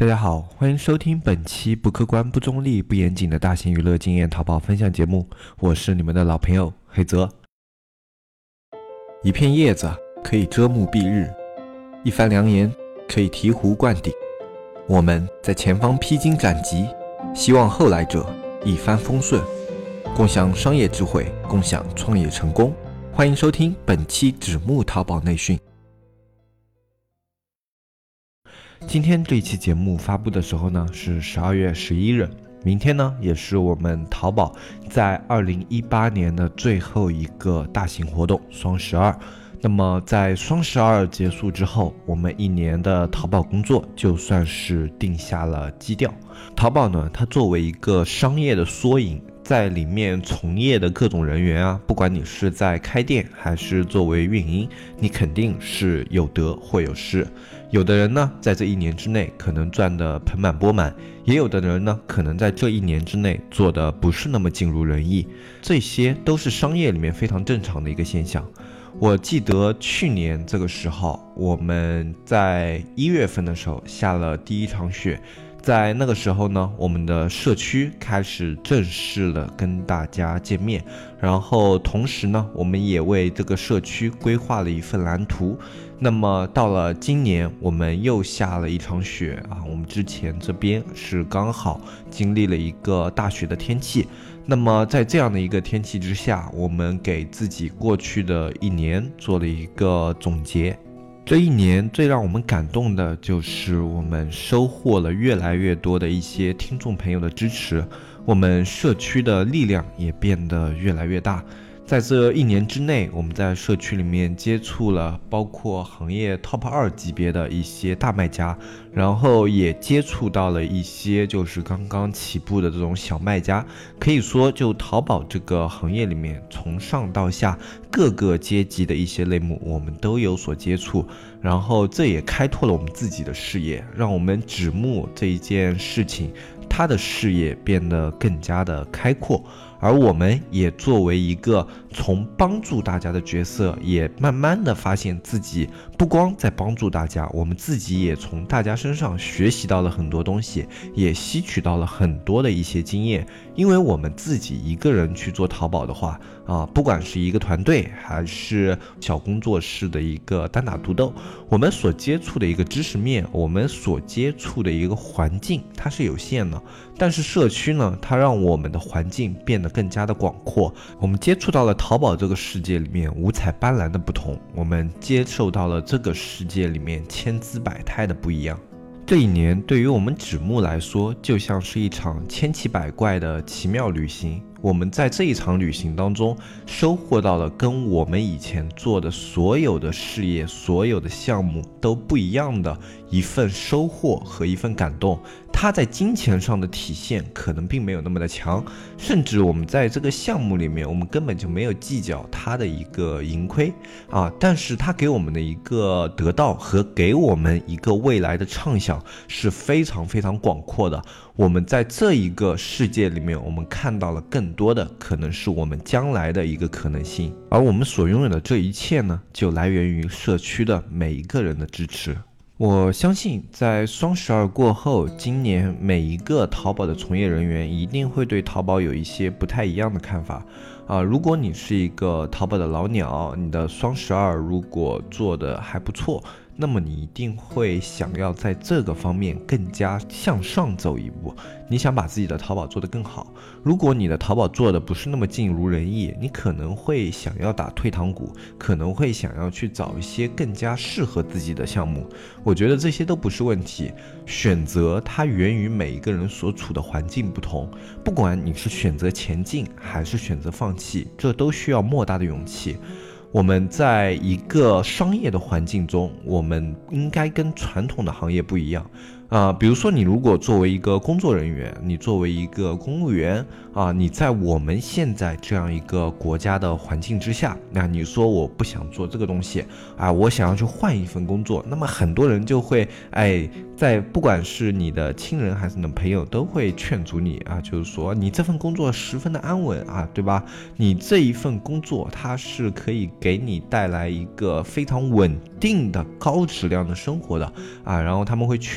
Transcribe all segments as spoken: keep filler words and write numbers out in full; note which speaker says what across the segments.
Speaker 1: 大家好，欢迎收听本期不客观、不中立、不严谨的大型娱乐经验淘宝分享节目，我是你们的老朋友黑泽。一片叶子可以遮目蔽日，一番良言可以醍醐灌顶。我们在前方披荆斩棘，希望后来者一帆风顺，共享商业智慧，共享创业成功。欢迎收听本期纸木淘宝内训。今天这一期节目发布的时候呢，是十二月十一日，明天呢也是我们淘宝在二零一八年的最后一个大型活动双十二。那么在双十二结束之后，我们一年的淘宝工作就算是定下了基调。淘宝呢，它作为一个商业的缩影，在里面从业的各种人员啊，不管你是在开店还是作为运营，你肯定是有得或有失。有的人呢，在这一年之内可能赚得盆满钵满，也有的人呢，可能在这一年之内做的不是那么尽如人意，这些都是商业里面非常正常的一个现象。我记得去年这个时候，我们在一月份的时候下了第一场雪，在那个时候呢，我们的社区开始正式的跟大家见面，然后同时呢，我们也为这个社区规划了一份蓝图。那么到了今年，我们又下了一场雪啊，我们之前这边是刚好经历了一个大雪的天气。那么在这样的一个天气之下，我们给自己过去的一年做了一个总结。这一年最让我们感动的就是我们收获了越来越多的一些听众朋友的支持，我们社区的力量也变得越来越大。在这一年之内，我们在社区里面接触了包括行业 top 二级别的一些大卖家，然后也接触到了一些就是刚刚起步的这种小卖家。可以说就淘宝这个行业里面，从上到下各个阶级的一些类目我们都有所接触，然后这也开拓了我们自己的视野，让我们纸木这一件事情它的视野变得更加的开阔。而我们也作为一个从帮助大家的角色，也慢慢的发现自己不光在帮助大家，我们自己也从大家身上学习到了很多东西，也吸取到了很多的一些经验。因为我们自己一个人去做淘宝的话啊，不管是一个团队还是小工作室的一个单打独斗，我们所接触的一个知识面，我们所接触的一个环境，它是有限的。但是社区呢，它让我们的环境变得更加的广阔，我们接触到了淘宝这个世界里面五彩斑斓的不同，我们接受到了这个世界里面千姿百态的不一样。这一年对于我们纸木来说，就像是一场千奇百怪的奇妙旅行。我们在这一场旅行当中收获到了跟我们以前做的所有的事业、所有的项目都不一样的一份收获和一份感动。它在金钱上的体现可能并没有那么的强，甚至我们在这个项目里面，我们根本就没有计较它的一个盈亏啊，但是它给我们的一个得到和给我们一个未来的畅想是非常非常广阔的。我们在这一个世界里面，我们看到了更多的可能是我们将来的一个可能性，而我们所拥有的这一切呢，就来源于社区的每一个人的支持。我相信在双十二过后，今年每一个淘宝的从业人员一定会对淘宝有一些不太一样的看法啊。如果你是一个淘宝的老鸟，你的双十二如果做得还不错，那么你一定会想要在这个方面更加向上走一步，你想把自己的淘宝做得更好。如果你的淘宝做的不是那么尽如人意，你可能会想要打退堂鼓，可能会想要去找一些更加适合自己的项目。我觉得这些都不是问题，选择它源于每一个人所处的环境不同，不管你是选择前进还是选择放弃，这都需要莫大的勇气。我们在一个商业的环境中，我们应该跟传统的行业不一样啊、呃，比如说你如果作为一个工作人员，你作为一个公务员啊、呃，你在我们现在这样一个国家的环境之下，那你说我不想做这个东西啊，我想要去换一份工作，那么很多人就会哎，在不管是你的亲人还是你的朋友，都会劝阻你啊，就是说你这份工作十分的安稳啊，对吧？你这一份工作它是可以给你带来一个非常稳定的高质量的生活的啊，然后他们会劝你不要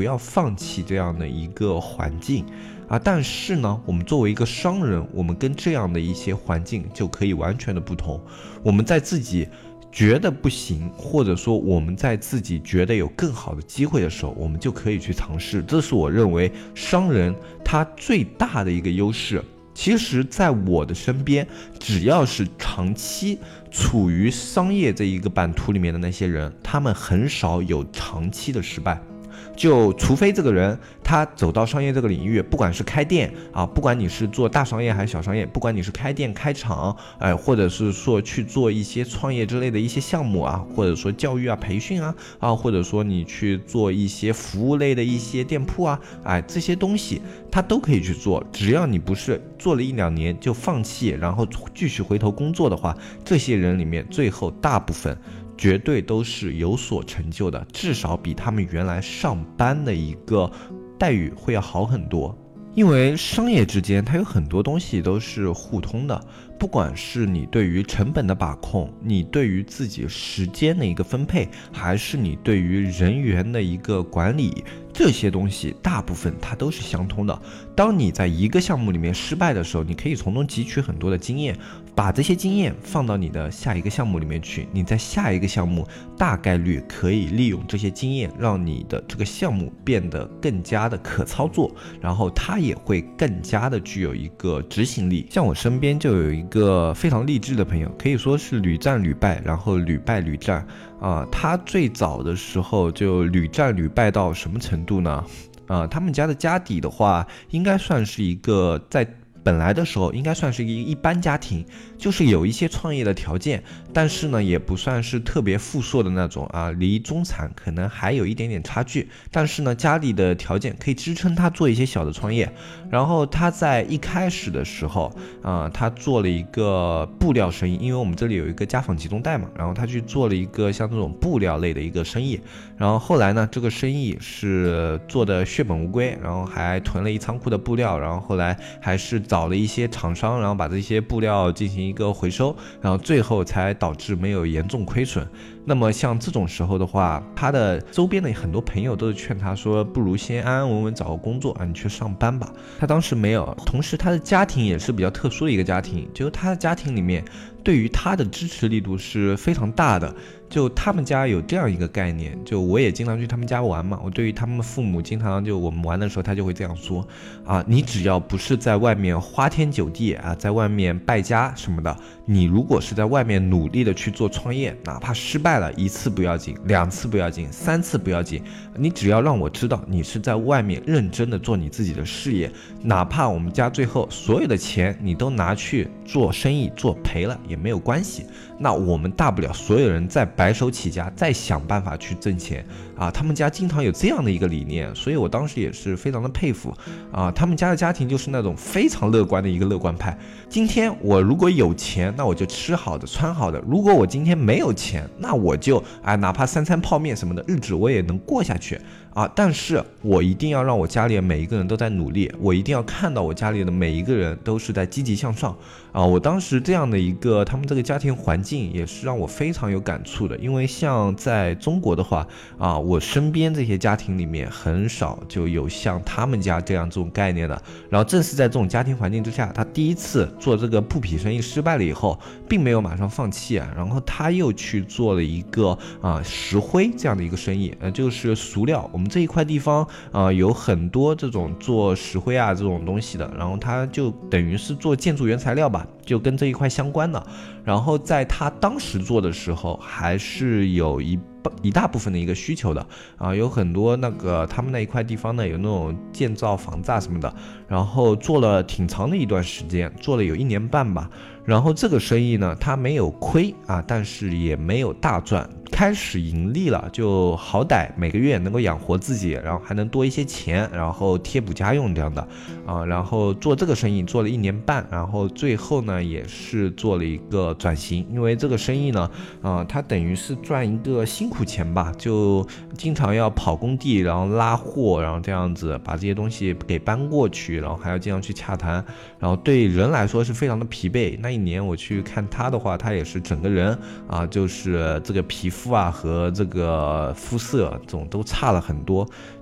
Speaker 1: 要放弃这样的一个环境啊。但是呢，我们作为一个商人，我们跟这样的一些环境就可以完全的不同。我们在自己觉得不行，或者说我们在自己觉得有更好的机会的时候，我们就可以去尝试。这是我认为商人他最大的一个优势。其实在我的身边，只要是长期处于商业这一个版图里面的那些人，他们很少有长期的失败。就除非这个人他走到商业这个领域，不管是开店啊，不管你是做大商业还是小商业，不管你是开店开厂，哎，或者是说去做一些创业之类的一些项目啊，或者说教育啊、培训啊，啊，或者说你去做一些服务类的一些店铺啊，哎，这些东西他都可以去做，只要你不是做了一两年就放弃，然后继续回头工作的话，这些人里面最后大部分绝对都是有所成就的，至少比他们原来上班的一个待遇会要好很多。因为商业之间它有很多东西都是互通的，不管是你对于成本的把控，你对于自己时间的一个分配，还是你对于人员的一个管理，这些东西大部分它都是相通的。当你在一个项目里面失败的时候，你可以从中汲取很多的经验，把这些经验放到你的下一个项目里面去，你在下一个项目大概率可以利用这些经验，让你的这个项目变得更加的可操作，然后它也会更加的具有一个执行力。像我身边就有一个非常励志的朋友，可以说是屡战屡败，然后屡败屡战啊、呃。他最早的时候就屡战屡败到什么程度呢？啊、呃，他们家的家底的话，应该算是一个在本来的时候应该算是一个一般家庭，就是有一些创业的条件，但是呢也不算是特别富庶的那种啊，离中产可能还有一点点差距，但是呢家里的条件可以支撑他做一些小的创业。然后他在一开始的时候啊、呃，他做了一个布料生意，因为我们这里有一个家纺集中带嘛，然后他去做了一个像这种布料类的一个生意。然后后来呢这个生意是做的血本无归，然后还囤了一仓库的布料，然后后来还是找了一些厂商，然后把这些布料进行一个回收，然后最后才导致没有严重亏损。那么像这种时候的话，他的周边的很多朋友都是劝他说，不如先安安稳稳找个工作啊，你去上班吧。他当时没有，同时他的家庭也是比较特殊的一个家庭，就是他的家庭里面对于他的支持力度是非常大的。就他们家有这样一个概念，就我也经常去他们家玩嘛，我对于他们父母经常就我们玩的时候，他就会这样说啊，你只要不是在外面花天酒地啊，在外面败家什么的，你如果是在外面努力的去做创业，哪怕失败了一次不要紧，两次不要紧，三次不要紧，你只要让我知道你是在外面认真的做你自己的事业，哪怕我们家最后所有的钱你都拿去做生意做赔了也没有关系，那我们大不了所有人再白手起家，再想办法去挣钱啊！他们家经常有这样的一个理念，所以我当时也是非常的佩服啊！他们家的家庭就是那种非常乐观的一个乐观派。今天我如果有钱，那我就吃好的穿好的；如果我今天没有钱，那我就啊，哪怕三餐泡面什么的日子我也能过下去啊！但是我一定要让我家里的每一个人都在努力，我一定要看到我家里的每一个人都是在积极向上啊！我当时这样的一个他们这个家庭环境也是让我非常有感触的。因为像在中国的话啊，我身边这些家庭里面很少就有像他们家这样这种概念的。然后正是在这种家庭环境之下，他第一次做这个布匹生意失败了以后，并没有马上放弃啊，然后他又去做了一个啊石灰这样的一个生意，呃，就是塑料。我们这一块地方啊有很多这种做石灰啊这种东西的，然后他就等于是做建筑原材料吧，就跟这一块相关的。然后在他当时做的时候，还是有一一大部分的一个需求的啊，有很多那个他们那一块地方呢，有那种建造房子啊什么的，然后做了挺长的一段时间，做了有一年半吧。然后这个生意呢，他没有亏啊，但是也没有大赚，开始盈利了，就好歹每个月能够养活自己，然后还能多一些钱，然后贴补家用这样的啊。然后做这个生意做了一年半，然后最后呢也是做了一个转型，因为这个生意呢，啊，它等于是赚一个辛苦钱吧，就经常要跑工地，然后拉货，然后这样子把这些东西给搬过去，然后还要经常去洽谈，然后对人来说是非常的疲惫。那一年我去看他的话，他也是整个人啊，就是这个皮肤啊和这个肤色这种都差了很多，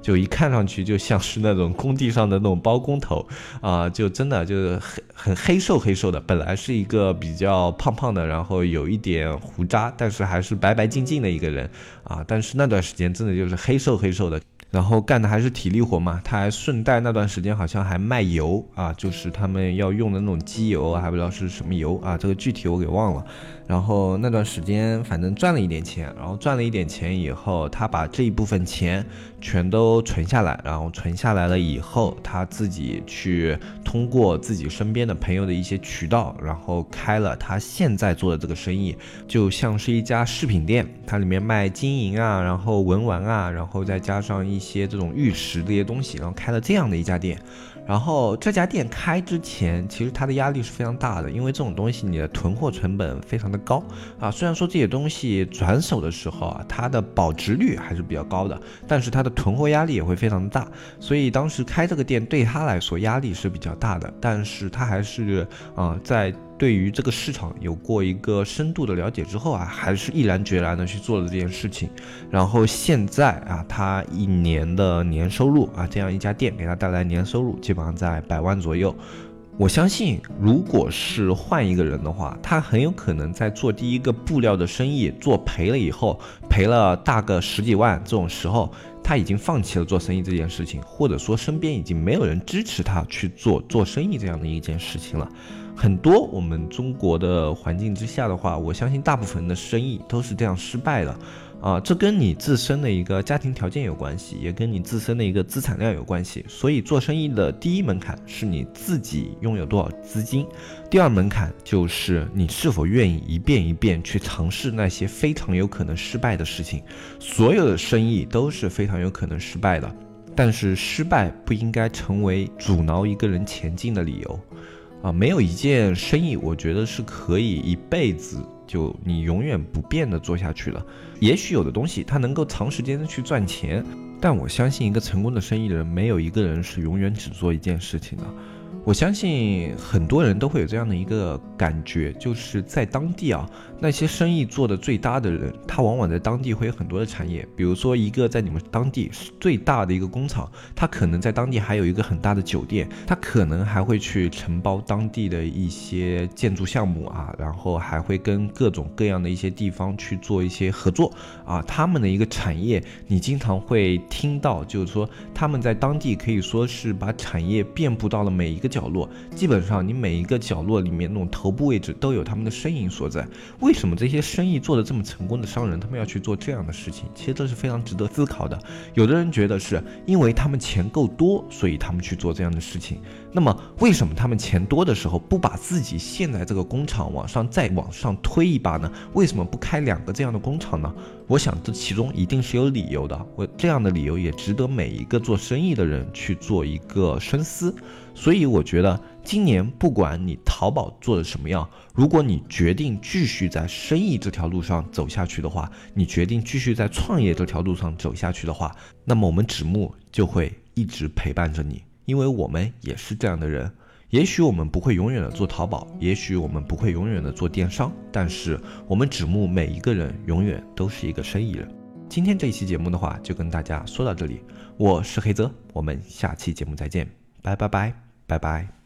Speaker 1: 就一看上去就像是那种工地上的那种包工头啊、呃，就真的就是很很黑瘦黑瘦的，本来是一个比较胖胖的，然后有一点胡渣，但是还是白白净净的一个人啊，但是那段时间真的就是黑瘦黑瘦的。然后干的还是体力活嘛，他还顺带那段时间好像还卖油啊，就是他们要用的那种机油，还不知道是什么油啊，这个具体我给忘了。然后那段时间反正赚了一点钱，然后赚了一点钱以后，他把这一部分钱全都存下来，然后存下来了以后，他自己去通过自己身边的朋友的一些渠道，然后开了他现在做的这个生意，就像是一家饰品店，它里面卖金银啊，然后文玩啊，然后再加上一些这种玉石这些东西，然后开了这样的一家店。然后这家店开之前，其实它的压力是非常大的，因为这种东西你的囤货成本非常的高啊。虽然说这些东西转手的时候啊，它的保值率还是比较高的，但是它的囤货压力也会非常的大。所以当时开这个店对他来说压力是比较大的，但是他还是啊在对于这个市场有过一个深度的了解之后啊，还是毅然决然的去做了这件事情。然后现在啊，他一年的年收入啊，这样一家店给他带来年收入基本上在百万左右。我相信，如果是换一个人的话，他很有可能在做第一个布料的生意做赔了以后，赔了大个十几万这种时候，他已经放弃了做生意这件事情，或者说身边已经没有人支持他去做做生意这样的一件事情了。很多我们中国的环境之下的话，我相信大部分的生意都是这样失败的啊，这跟你自身的一个家庭条件有关系，也跟你自身的一个资产量有关系。所以做生意的第一门槛是你自己拥有多少资金，第二门槛就是你是否愿意一遍一遍去尝试那些非常有可能失败的事情。所有的生意都是非常有可能失败的，但是失败不应该成为阻挠一个人前进的理由啊，没有一件生意我觉得是可以一辈子就你永远不变的做下去了。也许有的东西它能够长时间的去赚钱，但我相信一个成功的生意人没有一个人是永远只做一件事情的。我相信很多人都会有这样的一个感觉，就是在当地啊，那些生意做得最大的人，他往往在当地会有很多的产业。比如说一个在你们当地最大的一个工厂，他可能在当地还有一个很大的酒店，他可能还会去承包当地的一些建筑项目啊，然后还会跟各种各样的一些地方去做一些合作啊。他们的一个产业，你经常会听到，就是说他们在当地可以说是把产业遍布到了每一个角落，基本上你每一个角落里面那种头部位置都有他们的身影所在。为什么这些生意做得这么成功的商人，他们要去做这样的事情？其实这是非常值得思考的。有的人觉得是因为他们钱够多，所以他们去做这样的事情。那么为什么他们钱多的时候不把自己现在这个工厂往上再往上推一把呢？为什么不开两个这样的工厂呢？我想这其中一定是有理由的，我这样的理由也值得每一个做生意的人去做一个深思。所以我觉得今年不管你淘宝做的什么样，如果你决定继续在生意这条路上走下去的话，你决定继续在创业这条路上走下去的话，那么我们纸木就会一直陪伴着你，因为我们也是这样的人。也许我们不会永远的做淘宝，也许我们不会永远的做电商，但是我们纸木每一个人永远都是一个生意人。今天这一期节目的话就跟大家说到这里，我是黑泽，我们下期节目再见，拜拜拜拜拜。